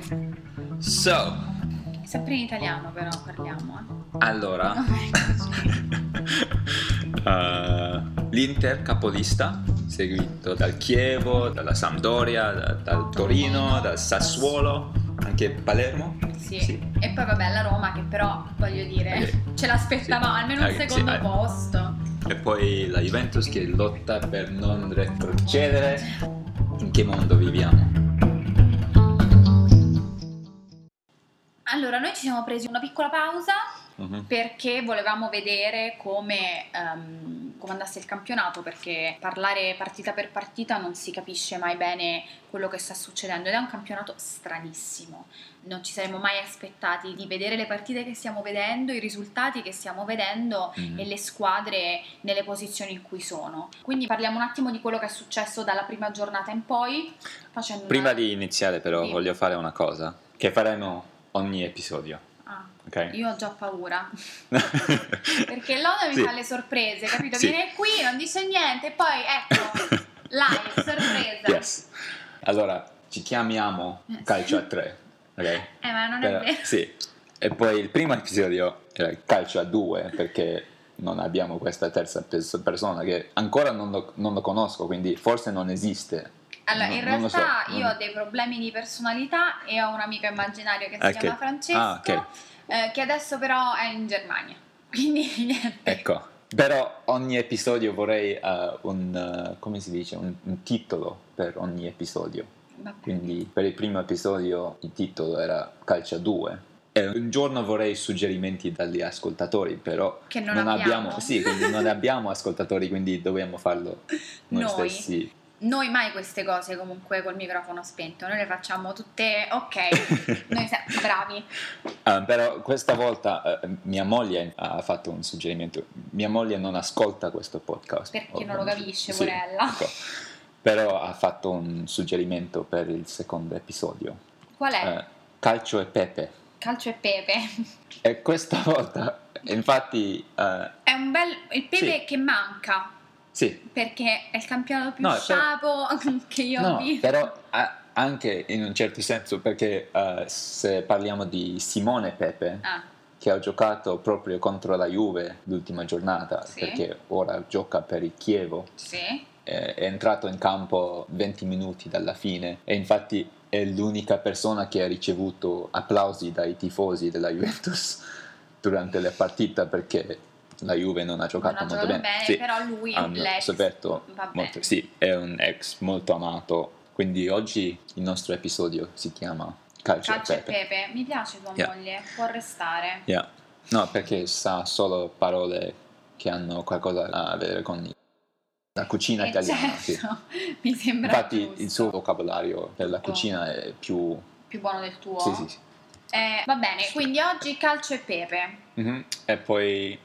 So, Sempre in italiano però parliamo. allora, l'Inter capolista, seguito dal Chievo, dalla Sampdoria, dal Torino, dal Sassuolo, anche Palermo. Sì. E poi vabbè la Roma che però voglio dire ce l'aspettavamo, Sì. almeno un secondo posto. E poi la Juventus che lotta per non retrocedere. In che mondo viviamo? Allora noi ci siamo presi una piccola pausa perché volevamo vedere come andasse il campionato, perché parlare partita per partita non si capisce mai bene quello che sta succedendo ed è un campionato stranissimo. Non ci saremmo mai aspettati di vedere le partite che stiamo vedendo, i risultati che stiamo vedendo e le squadre nelle posizioni in cui sono. Quindi parliamo un attimo di quello che è successo dalla prima giornata in poi. Prima di iniziare però voglio fare una cosa che faremo ogni episodio. Okay. Io ho già paura perché Loda mi fa le sorprese, capito? Viene qui, non dice niente e poi ecco live, sorpresa. Yes. Allora ci chiamiamo Calcio a 3, ok? Ma non è vero. Sì. E poi il primo episodio era Calcio a 2 perché non abbiamo questa terza persona che ancora non lo conosco, quindi forse non esiste. Allora, in realtà io ho dei problemi di personalità e ho un amico immaginario che si chiama Francesco, che adesso però è in Germania, quindi niente. Ecco, però ogni episodio vorrei come si dice, un titolo per ogni episodio. Quindi per il primo episodio il titolo era Calcio a 2. E un giorno vorrei suggerimenti dagli ascoltatori, però che non abbiamo. Sì, quindi non abbiamo ascoltatori, quindi dobbiamo farlo noi stessi. Noi mai queste cose comunque col microfono spento, noi le facciamo tutte noi siamo bravi. Però questa volta mia moglie ha fatto un suggerimento. Mia moglie non ascolta questo podcast perché non lo capisce, porella. Ecco. Però ha fatto un suggerimento per il secondo episodio. Qual è? Calcio e pepe. Calcio e pepe. E questa volta infatti è un bel il pepe che manca. Sì. Perché è il campionato più sciapo che io ho visto. Però anche in un certo senso, perché se parliamo di Simone Pepe, che ha giocato proprio contro la Juve l'ultima giornata, perché ora gioca per il Chievo, è entrato in campo 20 minuti dalla fine e infatti è l'unica persona che ha ricevuto applausi dai tifosi della Juventus durante la partita, perché la Juve non ha giocato molto bene, però lui è un ex molto amato, quindi oggi il nostro episodio si chiama Calcio e Pepe. Mi piace tua moglie, può restare. No, perché sa solo parole che hanno qualcosa a vedere con la cucina italiana. Certo, mi sembra infatti giusto. Il suo vocabolario per la cucina è più buono del tuo? Sì. Va bene, quindi oggi calcio e pepe. E poi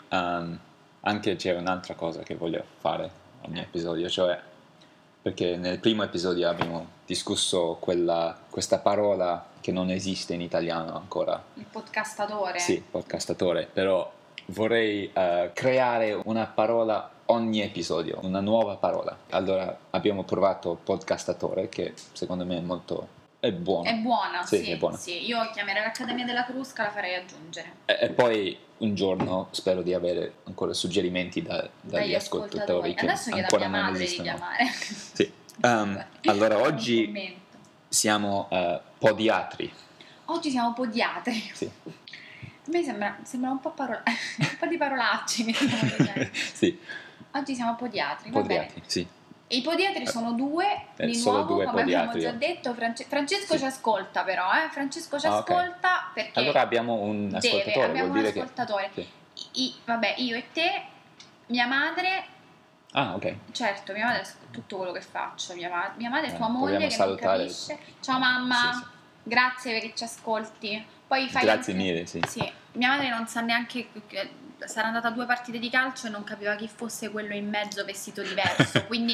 anche c'è un'altra cosa che voglio fare ogni episodio, cioè perché nel primo episodio abbiamo discusso questa parola che non esiste in italiano ancora. Il podcastatore. Sì, podcastatore, però vorrei creare una parola ogni episodio, una nuova parola. Allora abbiamo provato podcastatore, che secondo me è buona. È buona, sì. È buona. Sì, io chiamerei l'Accademia della Crusca, la farei aggiungere. E poi un giorno spero di avere ancora suggerimenti dagli ascoltatori che adesso ancora non non esistono. Di chiamare. Sì. Allora oggi siamo podiatri. Oggi siamo podiatri. Sì. A me sembra un po' di parolacce. Sì. Oggi siamo podiatri. Podiatri, sì. I podiatri sono due, di nuovo, come abbiamo già detto. Francesco ci ascolta però, Francesco ci ascolta perché allora abbiamo un ascoltatore. Abbiamo un ascoltatore. Io e te, mia madre. Ok. Certo, mia madre ascolta tutto quello che faccio. Mia madre, tua moglie che non capisce. Ciao mamma, grazie perché ci ascolti. Poi fai grazie mille, sì. Mia madre non sa neanche, sarà andata a 2 partite di calcio e non capiva chi fosse quello in mezzo vestito diverso, quindi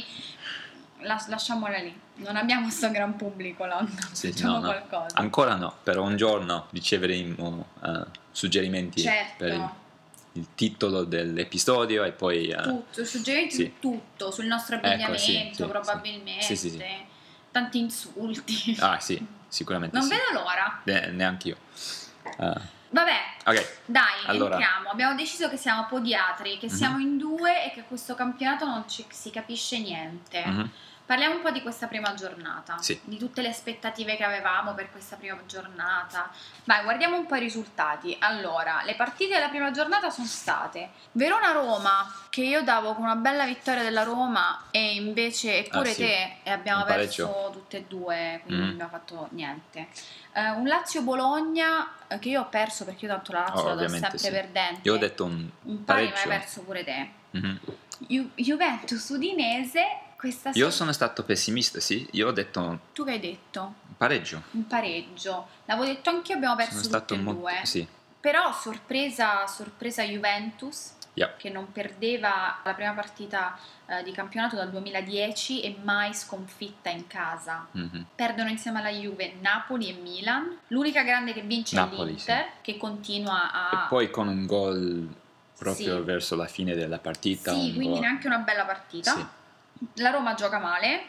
lasciamola lì. Non abbiamo sto gran pubblico, facciamo qualcosa. Ancora no, però un giorno riceveremo suggerimenti per il titolo dell'episodio e poi suggerimenti su tutto, sul nostro abbigliamento probabilmente. Sì. tanti insulti. Ah sì, sicuramente non sì. vedo l'ora. Neanche io. Vabbè, okay. Dai, allora. entriamo. Abbiamo deciso che siamo podiatri, che siamo in due e che questo campionato non si capisce niente. Parliamo un po' di questa prima giornata, di tutte le aspettative che avevamo per questa prima giornata. Vai, guardiamo un po' i risultati. Allora, le partite della prima giornata sono state Verona-Roma, che io davo con una bella vittoria della Roma, e invece eppure te, e abbiamo perso tutte e due, quindi non abbiamo fatto niente. Un Lazio-Bologna che io ho perso, perché io tanto la Lazio la do sempre perdente. Io ho detto un pari, ma hai perso pure te. Juventus-Udinese. Io sono stato pessimista, sì. Io ho detto. Tu che hai detto? Un pareggio. L'avevo detto anch'io, abbiamo perso tutte e due. Sì. Però sorpresa Juventus, che non perdeva la prima partita di campionato dal 2010 e mai sconfitta in casa. Perdono insieme alla Juve Napoli e Milan. L'unica grande che vince è l'Inter, che continua a... E poi con un gol proprio verso la fine della partita. Sì, quindi neanche una bella partita. Sì. La Roma gioca male,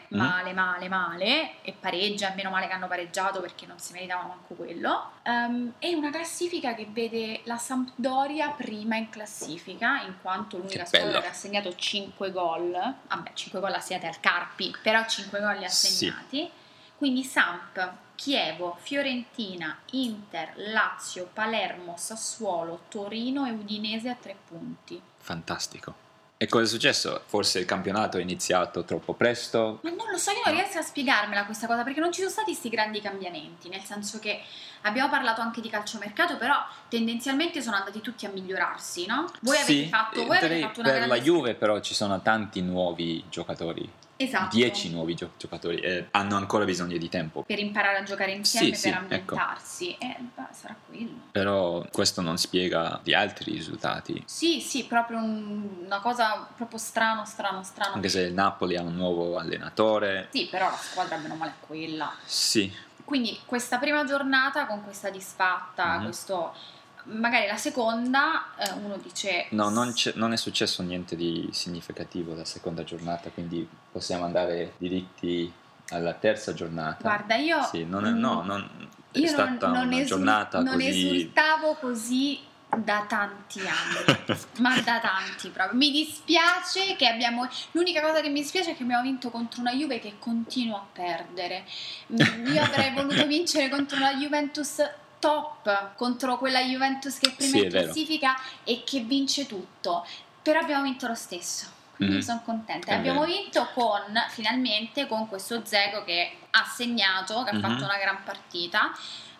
e pareggia, meno male che hanno pareggiato perché non si meritava manco quello. È una classifica che vede la Sampdoria prima in classifica, in quanto l'unica squadra che ha segnato 5 gol. Vabbè, 5 gol assegnati al Carpi, però 5 gol li ha segnati. Sì. Quindi Samp, Chievo, Fiorentina, Inter, Lazio, Palermo, Sassuolo, Torino e Udinese a 3 punti. Fantastico. E cosa è successo? Forse il campionato è iniziato troppo presto? Ma non lo so, io non riesco a spiegarmela questa cosa, perché non ci sono stati questi grandi cambiamenti, nel senso che abbiamo parlato anche di calciomercato, però tendenzialmente sono andati tutti a migliorarsi, no? Voi avete fatto una per la Juve però ci sono tanti nuovi giocatori. Esatto. 10 nuovi giocatori e hanno ancora bisogno di tempo per imparare a giocare insieme, per ambientarsi. Sarà quello. Però questo non spiega gli altri risultati. Sì, proprio una cosa proprio strano. Anche se il Napoli ha un nuovo allenatore. Sì, però la squadra bene o male è quella. Sì. Quindi questa prima giornata con questa disfatta, questo... Magari la seconda uno dice no, non è successo niente di significativo la seconda giornata, quindi possiamo andare diritti alla terza giornata. Guarda, io sì, è stata una giornata non così... esultavo così da tanti anni ma da tanti proprio. Mi dispiace che l'unica cosa che mi dispiace è che abbiamo vinto contro una Juve che continua a perdere. Io avrei voluto vincere contro una Juventus top, contro quella Juventus che è prima in classifica e che vince tutto, però abbiamo vinto lo stesso, quindi sono contenta. Abbiamo vinto finalmente con questo Dzeko che ha segnato, che ha fatto una gran partita.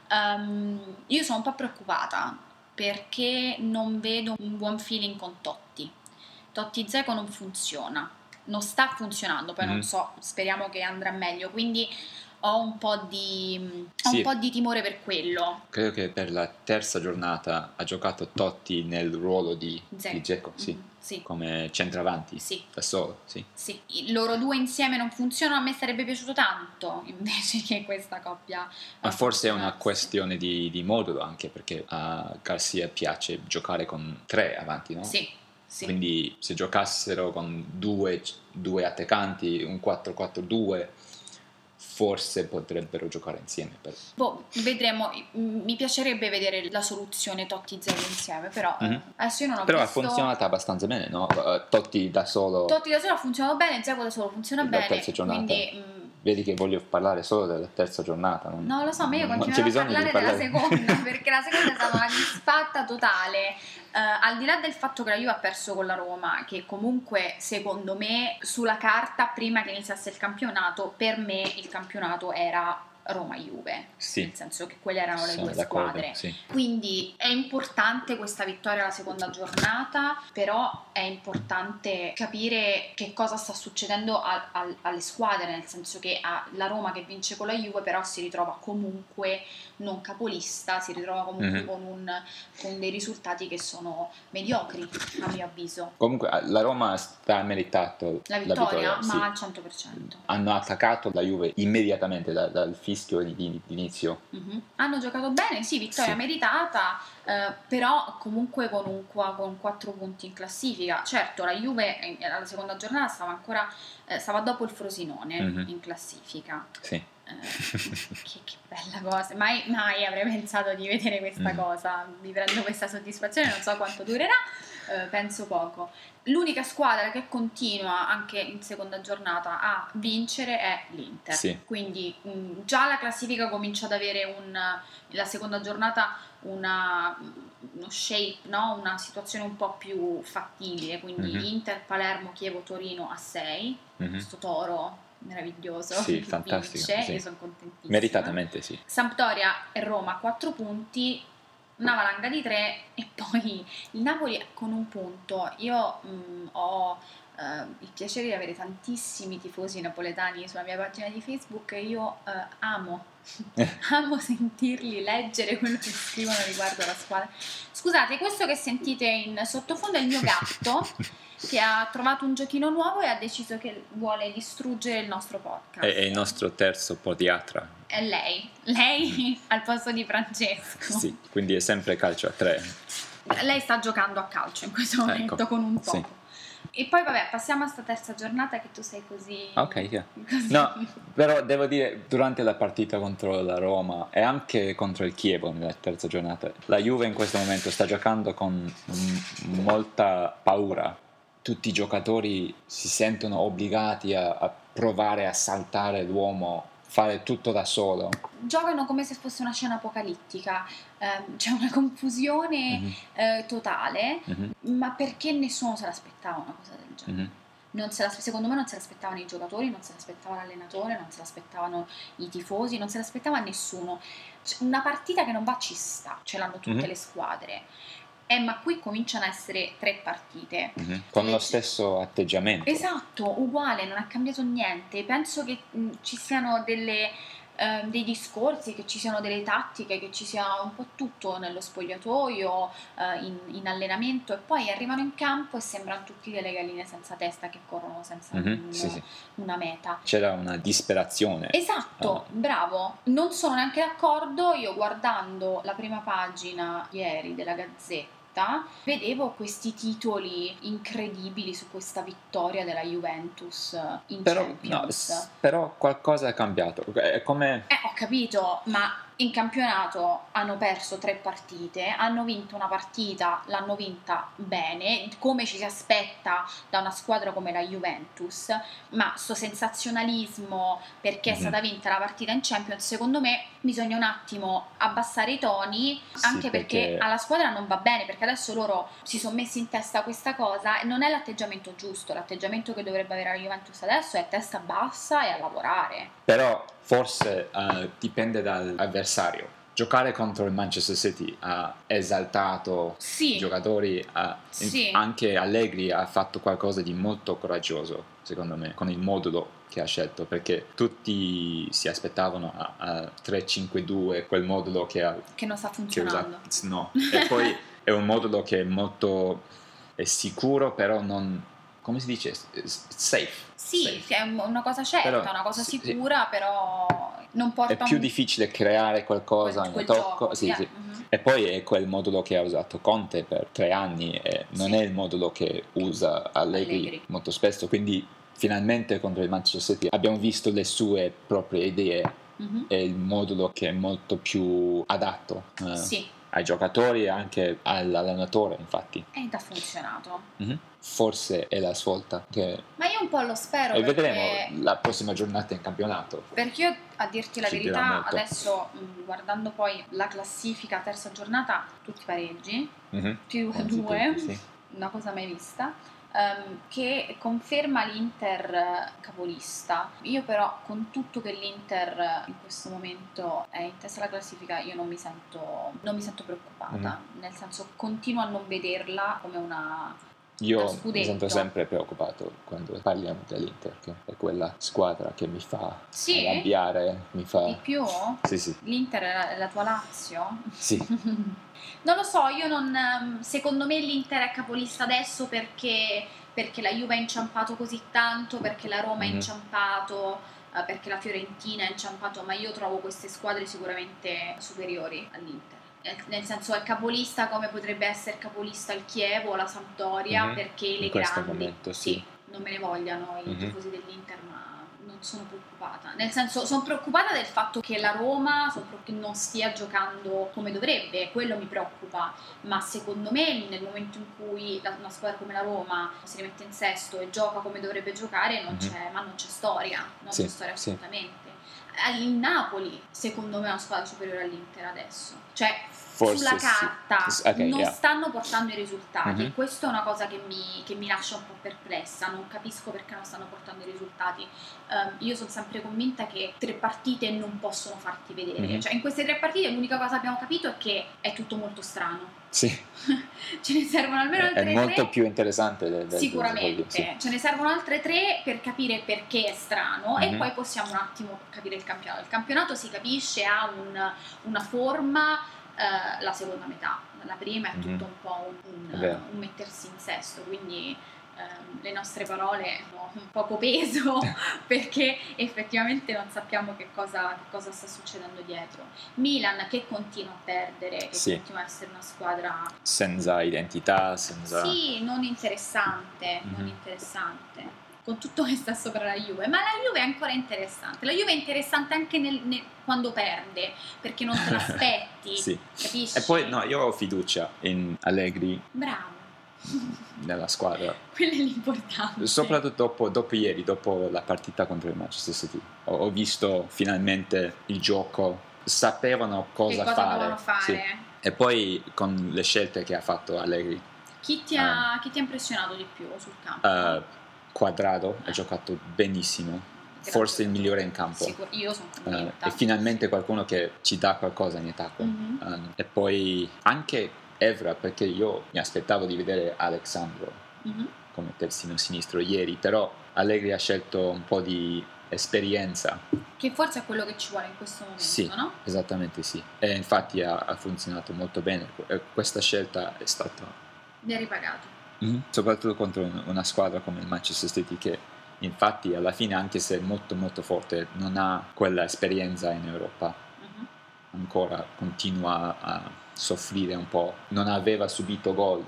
Io sono un po' preoccupata perché non vedo un buon feeling con Totti Dzeko, non funziona, non sta funzionando, poi non so, speriamo che andrà meglio, quindi ho un po' di timore per quello. Credo che per la terza giornata ha giocato Totti nel ruolo di Dzeko, sì. Come centravanti, da solo. Sì. Loro due insieme non funzionano, a me sarebbe piaciuto tanto invece che questa coppia. Ma forse è una questione di modulo, anche perché a Garcia piace giocare con 3 avanti, no? Sì. Quindi se giocassero con due attaccanti, un 4-4-2, forse potrebbero giocare insieme. Vedremo. Mi piacerebbe vedere la soluzione Totti-Dzeko insieme, però adesso io non ho però visto... ha funzionato abbastanza bene, no? Totti da solo ha funzionato bene, Dzeko da solo funziona bene, terza giornata. Quindi vedi che voglio parlare solo della terza giornata. No, lo so, ma io continuo a parlare della seconda perché la seconda è stata una disfatta totale. Al di là del fatto che la Juve ha perso con la Roma, che comunque secondo me sulla carta prima che iniziasse il campionato, per me il campionato era Roma-Juve, nel senso che quelle erano le due squadre, quindi è importante questa vittoria alla seconda giornata, però è importante capire che cosa sta succedendo alle squadre, nel senso che la Roma che vince con la Juve però si ritrova comunque non capolista, si ritrova comunque con dei risultati che sono mediocri a mio avviso. Comunque la Roma sta meritato la vittoria ma al 100%. Hanno attaccato la Juve immediatamente dal fischio rischio di inizio. Hanno giocato bene, sì, vittoria meritata, però comunque con 4 punti in classifica. Certo, la Juve alla seconda giornata stava dopo il Frosinone in classifica. Sì. Che bella cosa, mai avrei pensato di vedere questa cosa. Mi prendo questa soddisfazione, non so quanto durerà, penso poco. L'unica squadra che continua anche in seconda giornata a vincere è l'Inter, quindi già la classifica comincia ad avere la seconda giornata uno shape, no? Una situazione un po' più fattibile, quindi Inter, Palermo, Chievo, Torino a 6, questo toro meraviglioso, fantastico, io sono contentissima, meritatamente sì. Sampdoria e Roma 4 punti, una valanga di 3 e poi il Napoli con un punto. Io ho il piacere di avere tantissimi tifosi napoletani sulla mia pagina di Facebook e io amo sentirli leggere quello che scrivono riguardo alla squadra. Scusate, questo che sentite in sottofondo è il mio gatto che ha trovato un giochino nuovo e ha deciso che vuole distruggere il nostro podcast. È il nostro terzo podiatra. È lei al posto di Francesco. Sì, quindi è sempre calcio a 3. Lei sta giocando a calcio in questo momento con un topo. Sì. E poi vabbè, passiamo a sta terza giornata che tu sei così... Ok, così. No, però devo dire, durante la partita contro la Roma e anche contro il Chievo nella terza giornata, la Juve in questo momento sta giocando con molta paura. Tutti i giocatori si sentono obbligati a provare a saltare l'uomo, fare tutto da solo. Giocano come se fosse una scena apocalittica, c'è una confusione totale, ma perché nessuno se l'aspettava una cosa del genere. Secondo me non se l'aspettavano i giocatori, non se l'aspettava l'allenatore, non se l'aspettavano i tifosi, non se l'aspettava nessuno. Una partita che non va ci sta, ce l'hanno tutte le squadre. Ma qui cominciano a essere 3 partite con lo stesso atteggiamento. Esatto, uguale, non ha cambiato niente. Penso che ci siano dei discorsi, che ci siano delle tattiche, che ci sia un po' tutto nello spogliatoio, in allenamento, e poi arrivano in campo e sembrano tutti delle galline senza testa che corrono senza una meta. C'era una disperazione. Esatto, bravo. Non sono neanche d'accordo. Io guardando la prima pagina ieri della Gazzetta vedevo questi titoli incredibili su questa vittoria della Juventus in Champions. Però qualcosa è cambiato. Come... Ho capito, ma in campionato hanno perso 3 partite, hanno vinto una partita, l'hanno vinta bene, come ci si aspetta da una squadra come la Juventus, ma sto sensazionalismo perché è stata vinta la partita in Champions, secondo me bisogna un attimo abbassare i toni, anche perché alla squadra non va bene, perché adesso loro si sono messi in testa questa cosa e non è l'atteggiamento giusto. L'atteggiamento che dovrebbe avere la Juventus adesso è testa bassa e a lavorare. Però forse dipende dall'avversario. Giocare contro il Manchester City ha esaltato i giocatori, anche Allegri ha fatto qualcosa di molto coraggioso, secondo me, con il modulo che ha scelto, perché tutti si aspettavano a 3-5-2, quel modulo che non sta funzionando. No, e poi è un modulo che è sicuro, però non... come si dice? Safe. Sì, safe. È una cosa certa, però, una cosa sicura, però non porta... È più difficile creare qualcosa quel tocco. Sì. E poi è quel modulo che ha usato Conte per 3 anni e non è il modulo che usa Allegri molto spesso, quindi finalmente contro il Manchester City abbiamo visto le sue proprie idee e il modulo che è molto più adatto ai giocatori e anche all'allenatore, infatti. Ed ha funzionato. Forse è la svolta che... Ma io un po' lo spero. E vedremo la prossima giornata in campionato. Perché io, a dirti la verità, adesso guardando poi la classifica, terza giornata, tutti pareggi, più 2, una cosa mai vista. Che conferma l'Inter capolista. Io però, con tutto che l'Inter in questo momento è in testa alla classifica, io non mi sento preoccupata, nel senso continuo a non vederla come una Io mi sento sempre preoccupato quando parliamo dell'Inter, che è quella squadra che mi fa arrabbiare, mi fa... Di più? Sì. L'Inter è la tua Lazio? Sì. Non lo so, io non... Secondo me l'Inter è capolista adesso perché la Juve ha inciampato così tanto, perché la Roma ha inciampato, perché la Fiorentina è inciampato, ma io trovo queste squadre sicuramente superiori all'Inter. Nel senso, è capolista come potrebbe essere capolista il Chievo o la Sampdoria, perché le grandi momento, sì, non me ne vogliano i tifosi dell'Inter, ma non sono preoccupata. Nel senso, sono preoccupata del fatto che la Roma non stia giocando come dovrebbe, quello mi preoccupa, ma secondo me nel momento in cui una squadra come la Roma si rimette in sesto e gioca come dovrebbe giocare, non c'è storia, c'è storia assolutamente. Il Napoli secondo me è una squadra superiore all'Inter adesso, cioè forse sulla carta non stanno portando i risultati e questo è una cosa che mi lascia un po' perplessa, non capisco perché non stanno portando i risultati. Io sono sempre convinta che 3 partite non possono farti vedere, cioè in queste 3 partite l'unica cosa che abbiamo capito è che è tutto molto strano. Sì. Ce ne servono almeno altre 3. È molto più interessante sicuramente, ce ne servono altre 3 per capire perché è strano e poi possiamo un attimo capire il campionato. Il campionato si capisce, ha una forma, la seconda metà, la prima è tutto un po' un mettersi in sesto, quindi le nostre parole hanno un poco peso perché effettivamente non sappiamo che cosa sta succedendo dietro. Milan che continua a perdere, che continua a essere una squadra senza identità, non interessante, con tutto che sta sopra la Juve, ma la Juve è ancora interessante. La Juve è interessante anche quando perde, perché non te l'aspetti, capisci? E poi io ho fiducia in Allegri. Bravo. Nella squadra. Quello è l'importante. Soprattutto dopo ieri, dopo la partita contro il Manchester City. Ho visto finalmente il gioco, sapevano cosa fare. Sì. E poi con le scelte che ha fatto Allegri. Chi ti ha impressionato di più sul campo? Quadrado ha giocato benissimo. Forse il migliore in campo. Io sono convinta. E finalmente qualcuno che ci dà qualcosa in attacco. E poi anche Evra, perché io mi aspettavo di vedere Alexandro come terzino sinistro ieri, però Allegri ha scelto un po' di esperienza, che forse è quello che ci vuole in questo momento, no? Esattamente sì, e infatti ha funzionato molto bene. Questa scelta è stata ben ripagato, soprattutto contro una squadra come il Manchester City, che infatti alla fine, anche se è molto molto forte, non ha quella esperienza in Europa, ancora continua a soffrire un po', non aveva subito gol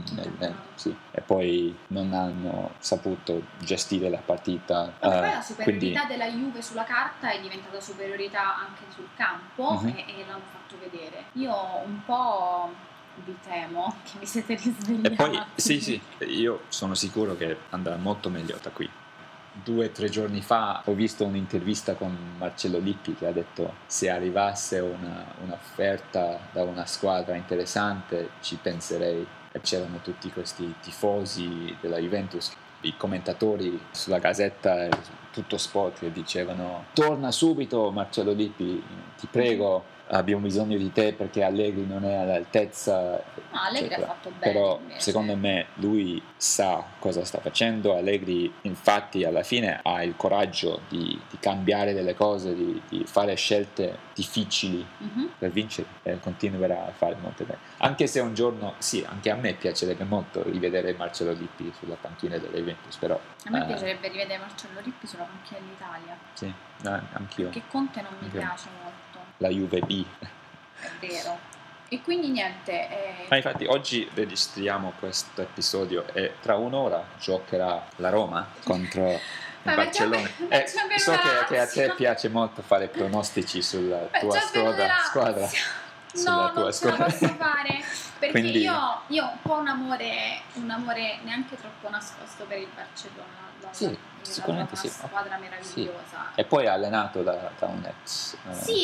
e poi non hanno saputo gestire la partita. Poi la superiorità della Juve sulla carta è diventata superiorità anche sul campo e l'hanno fatto vedere. Io un po' vi temo che vi siete risvegliati. E poi io sono sicuro che andrà molto meglio da qui. 2 o 3 giorni fa ho visto un'intervista con Marcello Lippi che ha detto: se arrivasse un'offerta da una squadra interessante ci penserei. E c'erano tutti questi tifosi della Juventus, i commentatori sulla Gazzetta, tutto sport, che dicevano: torna subito Marcello Lippi, ti prego, abbiamo bisogno di te perché Allegri non è all'altezza. Allegri ha fatto bene, però invece. Secondo me lui sa cosa sta facendo. Allegri infatti alla fine ha il coraggio di cambiare delle cose, di fare scelte difficili per vincere, e continuerà a fare molto bene, anche se un giorno anche a me piacerebbe molto rivedere Marcello Lippi sulla panchina della Juventus, però a me piacerebbe rivedere Marcello Lippi sulla panchina dell'Italia, anch'io, perché Conte non mi piace molto, la Juve B. È vero. E quindi niente. Ma infatti oggi registriamo questo episodio e tra un'ora giocherà la Roma contro il Barcellona. So che a te piace molto fare pronostici sulla tua squadra. No, non ce la posso fare, perché quindi io ho un po' un amore neanche troppo nascosto per il Barcellona. Sicuramente una squadra meravigliosa. E poi allenato da un ex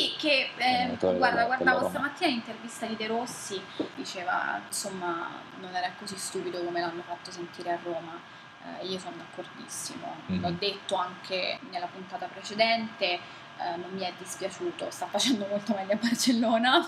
guardavo stamattina l'intervista di De Rossi, diceva insomma non era così stupido come l'hanno fatto sentire a Roma. Io sono d'accordissimo, l'ho detto anche nella puntata precedente, non mi è dispiaciuto, sta facendo molto meglio a Barcellona.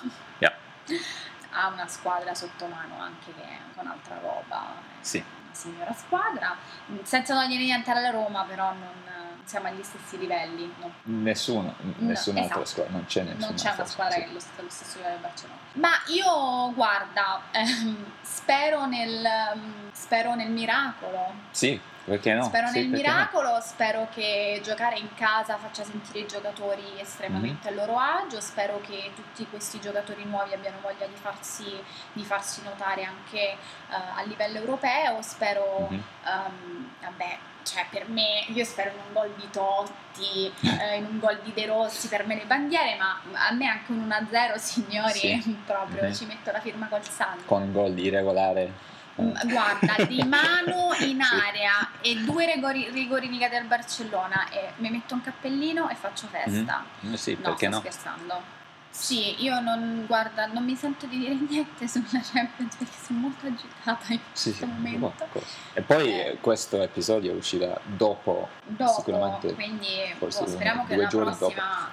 Ha una squadra sotto mano anche che è con altra roba, una signora squadra, senza togliere niente alla Roma, però non siamo agli stessi livelli, no? Nessun'altra squadra, non c'è una squadra che è allo stesso livello del Barcellona. Ma io guarda, spero nel miracolo. perché no? Spero sì, nel miracolo, no? Spero che giocare in casa faccia sentire i giocatori estremamente a loro agio, spero che tutti questi giocatori nuovi abbiano voglia di farsi notare anche a livello europeo, spero, vabbè, cioè per me, io spero in un gol di Totti, in un gol di De Rossi, per me le bandiere, ma a me anche un 1-0, signori, proprio ci metto la firma col sangue. Con gol irregolare. Guarda, Di mano in area e 2 rigori negati al Barcellona e mi metto un cappellino e faccio festa. Sì, no, perché sto no? scherzando. Sì, io non mi sento di dire niente sulla Champions perché sono molto agitata in questo momento. E poi questo episodio uscirà dopo sicuramente, quindi forse speriamo che la prossima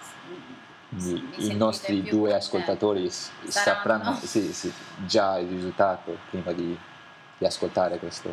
i nostri 2 ascoltatori sapranno già il risultato prima di ascoltare questo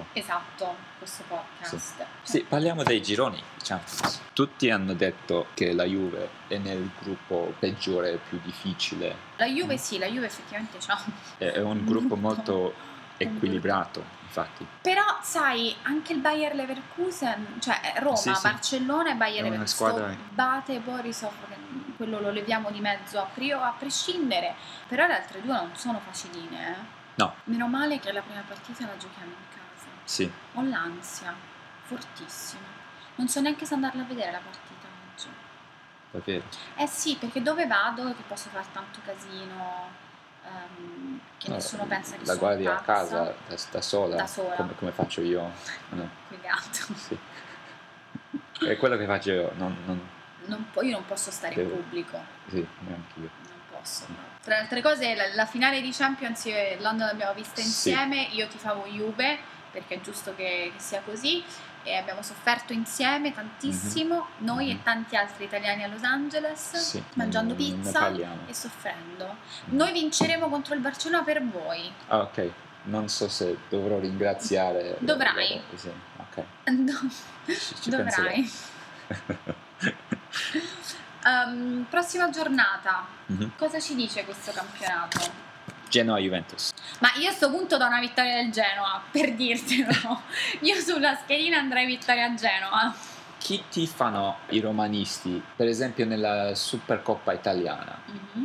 podcast. Sì, parliamo dei gironi, diciamo. Tutti hanno detto che la Juve è nel gruppo peggiore, più difficile. La Juve la Juve effettivamente c'ha. È un gruppo molto equilibrato, infatti. Però sai, anche il Bayer Leverkusen, cioè Roma, Barcellona e Bayer Leverkusen, Bate, Borisov, quello lo leviamo di mezzo a prescindere, però le altre 2 non sono faciline. No. Meno male che la prima partita la giochiamo in casa. Sì. Ho l'ansia, fortissima. Non so neanche se andarla a vedere la partita oggi. Davvero? Sì, perché dove vado che posso fare tanto casino, che nessuno pensa che la sono guardi pazza. A casa da sola. Come faccio io. Col gatto. Sì. È quello che faccio io, io non posso stare in pubblico. Sì, neanche io. Non posso. Tra le altre cose, la finale di Champions io e London l'abbiamo vista insieme. Io tifavo Juve perché è giusto che sia così, e abbiamo sofferto insieme tantissimo, noi e tanti altri italiani a Los Angeles, mangiando pizza e soffrendo. Noi vinceremo contro il Barcellona per voi. Ah, ok. Non so se dovrò ringraziare. Dovrai. Sì, ok. Ci dovrai. Prossima giornata. Cosa ci dice questo campionato? Genoa-Juventus. Ma io a sto punto do una vittoria del Genoa, per dirtelo. Io sulla schedina andrei vittoria a Genoa. Chi tifano i romanisti, per esempio nella Supercoppa italiana?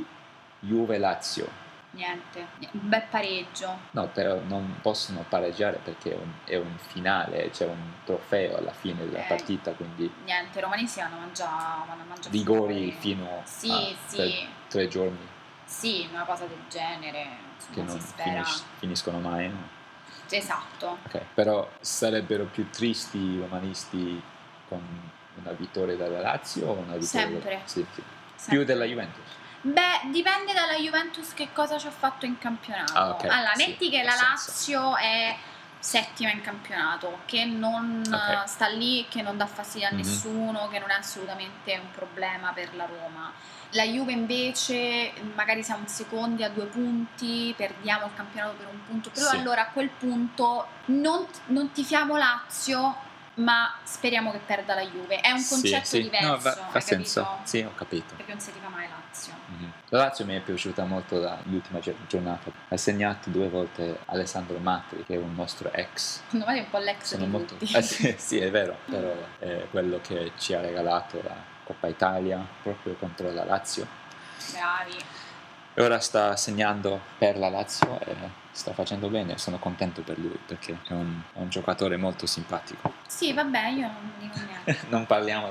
Juve-Lazio. Niente, un bel pareggio. No, però non possono pareggiare perché è un finale, c'è un trofeo alla fine della partita, quindi niente, i romanisti vanno a mangiare rigori fino a 3 giorni. Sì, una cosa del genere, insomma, che non si spera finiscono mai, no? Esatto. Ok, però sarebbero più tristi i romanisti con una vittoria della Lazio o una vittoria sempre. Sì. Più della Juventus? Beh, dipende dalla Juventus che cosa ci ha fatto in campionato. Allora, metti che la Lazio è settima in campionato, che non sta lì, che non dà fastidio a nessuno, che non è assolutamente un problema per la Roma. La Juve invece magari siamo secondi a 2 punti, perdiamo il campionato per 1 punto, però allora a quel punto non tifiamo Lazio, ma speriamo che perda la Juve. È un concetto diverso. No, fa senso. Sì, ho capito. Perché non si tifa mai Lazio. La Lazio mi è piaciuta molto l'ultima giornata. Ha segnato 2 volte Alessandro Matri, che è un nostro ex. Secondo me è un po' l'ex di tutti. Sì, è vero, però è quello che ci ha regalato la Coppa Italia proprio contro la Lazio. Bravi. E ora sta segnando per la Lazio e sta facendo bene, sono contento per lui perché è un giocatore molto simpatico. Sì, vabbè, io non dico niente. Non parliamo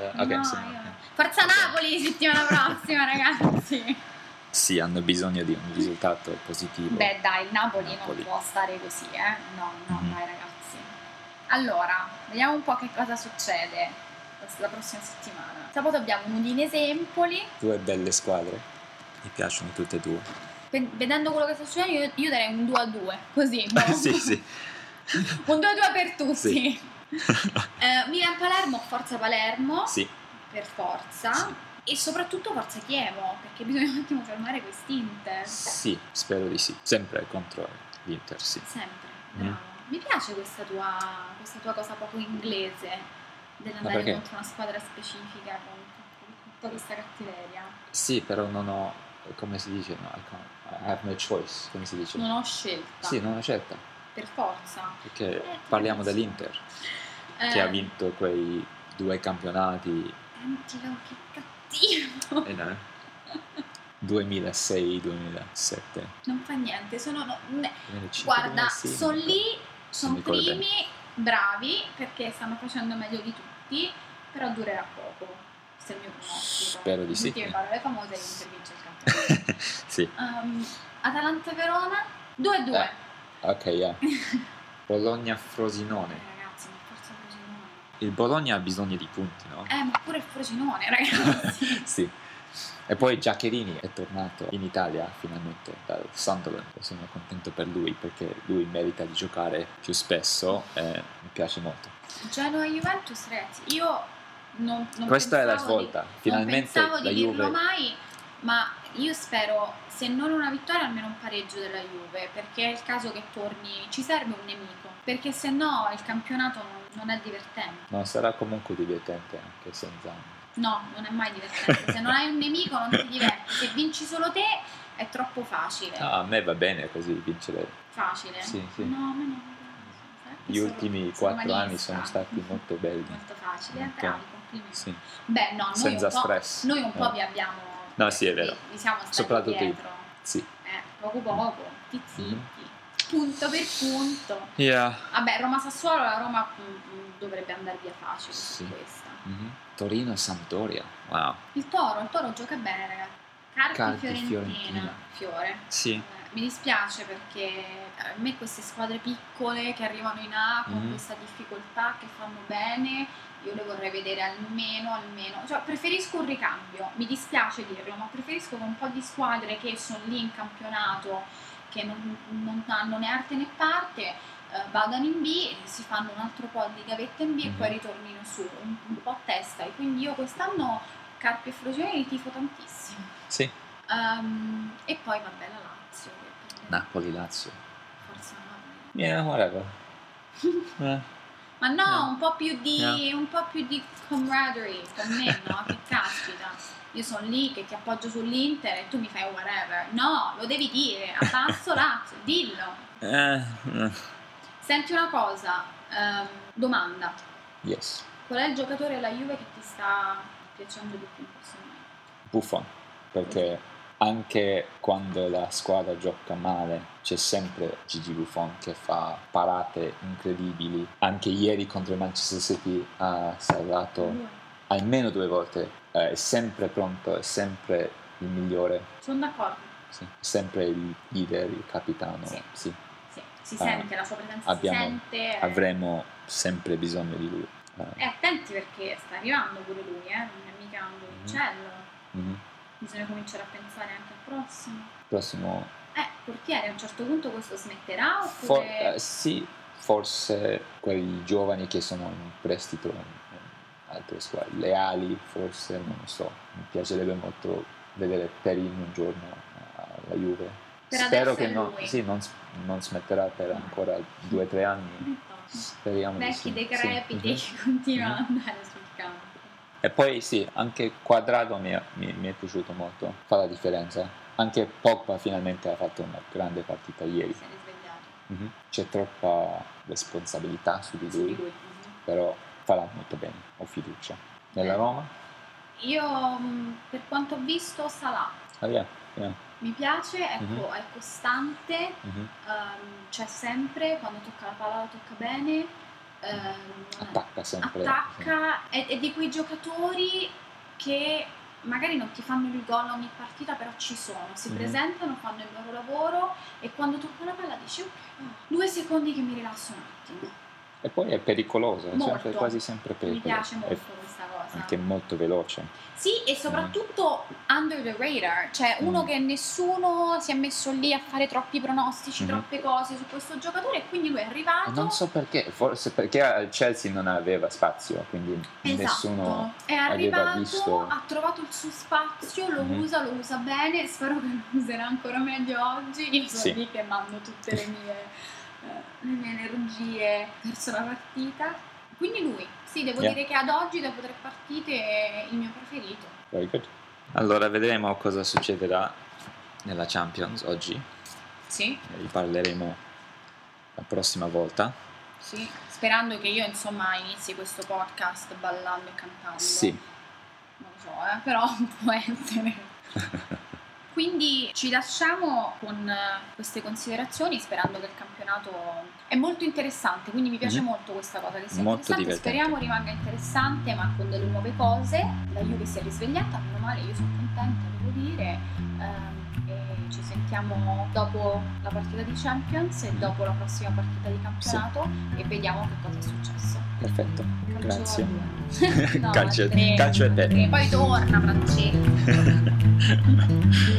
Forza Napoli settimana prossima, ragazzi. Sì, hanno bisogno di un risultato positivo. Beh dai, il Napoli non può stare così, No, dai ragazzi. Allora, vediamo un po' che cosa succede la prossima settimana. Sabato abbiamo un Udinese-Empoli. 2 belle squadre, mi piacciono tutte e 2. Vedendo quello che sta succedendo io darei un 2-2, così. No? Sì. Un 2-2 per tutti. Sì. Milan-Palermo, forza Palermo. Sì. Per forza. Sì. E soprattutto forza Chievo, perché bisogna un attimo fermare quest'Inter. Sì, spero di sì. Sempre contro l'Inter, sì. Sempre, bravo. Mi piace questa tua cosa poco inglese dell'andare contro una squadra specifica con tutta questa cattiveria. Sì, però non ho, come si dice, I have no choice, come si dice? Non ho scelta. Sì, non ho scelta. Per forza. Perché parliamo dell'Inter. che ha vinto quei 2 campionati. Sentilo, che cattivo! 2006-2007. Non fa niente, guarda, sono lì, sono primi, bravi, perché stanno facendo meglio di tutti, però durerà poco, se il mio pronostico. Spero di sì. Ultime parole famose, l'Inter vince il campionato. Sì. Atalanta-Verona, 2-2. Ok, yeah. Bologna-Frosinone. Ragazzi, ma forza Frosinone. Il Bologna ha bisogno di punti, no? Ma pure il Frosinone, ragazzi. Sì. E poi Giaccherini è tornato in Italia finalmente dal Sunderland. Sono contento per lui perché lui merita di giocare più spesso e mi piace molto. Genoa-Juventus, ragazzi, io non questa è la svolta, finalmente non pensavo la di Juve... dirlo mai, ma io spero, se non una vittoria, almeno un pareggio della Juve, perché è il caso che torni, ci serve un nemico, perché se no il campionato non è divertente. No, sarà comunque divertente anche senza... No, non è mai divertente. Se non hai un nemico non ti diverti. Se vinci solo te è troppo facile. A me va bene così vincere. Facile? Sì. No, a me no. Gli ultimi 4 anni sono stati molto belli. Molto facile, bravi, complimenti. Sì. Beh, no, senza stress. Noi un po' vi abbiamo... No, sì, è vero. Vi siamo stati soprattutto dietro. Sì. Poco, zitti. Punto per punto. Yeah. Vabbè, Roma-Sassuolo, la Roma dovrebbe andare via facile su questa. Torino-Sampdoria, wow. Il Toro gioca bene, ragazzi. Carpi-Fiorentina. Fiore. Sì. Mi dispiace perché a me queste squadre piccole che arrivano in A con questa difficoltà, che fanno bene, io le vorrei vedere almeno, cioè preferisco un ricambio, mi dispiace dirlo, ma preferisco che un po' di squadre che sono lì in campionato, che non hanno né arte né parte, vadano in B, si fanno un altro po' di gavetta in B e poi ritornino su, un po' a testa. E quindi io quest'anno Carpi e Frosinone li tifo tantissimo. Sì. E poi vabbè la Lazio. Napoli-Lazio. Forza no. Yeah, whatever. Ma no, un po' più di camaraderie con me, no? Che caspita. Io sono lì che ti appoggio sull'Inter e tu mi fai whatever. No, lo devi dire, abbasso Lazio, dillo. Senti una cosa, domanda. Yes. Qual è il giocatore della Juve che ti sta piacendo di più in questo momento? Buffon, perché anche quando la squadra gioca male c'è sempre Gigi Buffon che fa parate incredibili. Anche ieri contro il Manchester City ha salvato almeno 2 volte. È sempre pronto, è sempre il migliore. Sono d'accordo. Sì. Sempre il leader, il capitano. Sì. Si sente, la sua presenza si sente. Avremo sempre bisogno di lui. E attenti perché sta arrivando pure lui, non è mica un uccello. Bisogna cominciare a pensare anche al prossimo. Portiere, a un certo punto questo smetterà oppure... sì, forse quelli giovani che sono in prestito in altre squadre, Leali forse, non lo so, mi piacerebbe molto vedere Perin un giorno alla Juve. Spero che non smetterà per ancora 2 o 3 anni. Speriamo di sì. Vecchi decrepiti che continuano ad andare sul campo. E poi sì, anche Quadrado mi è piaciuto molto, fa la differenza. Anche Pogba finalmente ha fatto una grande partita ieri. Si è risvegliato. C'è troppa responsabilità su di lui, però farà molto bene, ho fiducia. Nella Roma? Io, per quanto ho visto, Salah. Yeah. Mi piace, è costante, c'è sempre, quando tocca la palla la tocca bene, attacca sempre. È di quei giocatori che magari non ti fanno il gol ogni partita, però ci sono, si presentano, fanno il loro lavoro e quando tocca la palla dici ok, 2 secondi che mi rilasso un attimo. E poi è pericoloso, è quasi sempre pericoloso. Mi piace molto questa cosa. Anche molto veloce. Sì, e soprattutto under the radar, cioè uno che nessuno si è messo lì a fare troppi pronostici, troppe cose su questo giocatore e quindi lui è arrivato. Non so perché, forse perché al Chelsea non aveva spazio, quindi nessuno è arrivato, aveva visto. ha trovato il suo spazio, lo usa bene, spero che lo userà ancora meglio oggi. Io sono lì che mando tutte le mie energie verso la partita. Quindi lui, sì, devo dire che ad oggi, dopo 3 partite, è il mio preferito. Very good. Allora vedremo cosa succederà nella Champions oggi. Sì. Ne riparleremo la prossima volta. Sì, sperando che io insomma inizi questo podcast ballando e cantando. Sì. Non lo so, però può essere. Quindi ci lasciamo con queste considerazioni, sperando che il campionato è molto interessante, quindi mi piace molto questa cosa che sia molto interessante, divertente. speriamo rimanga interessante ma con delle nuove cose. La Juve si è risvegliata, meno male, io sono contenta, devo dire, e ci sentiamo dopo la partita di Champions e dopo la prossima partita di campionato e vediamo che cosa è successo. Perfetto, grazie. No, calcio e Pepe. E poi torna Francesco.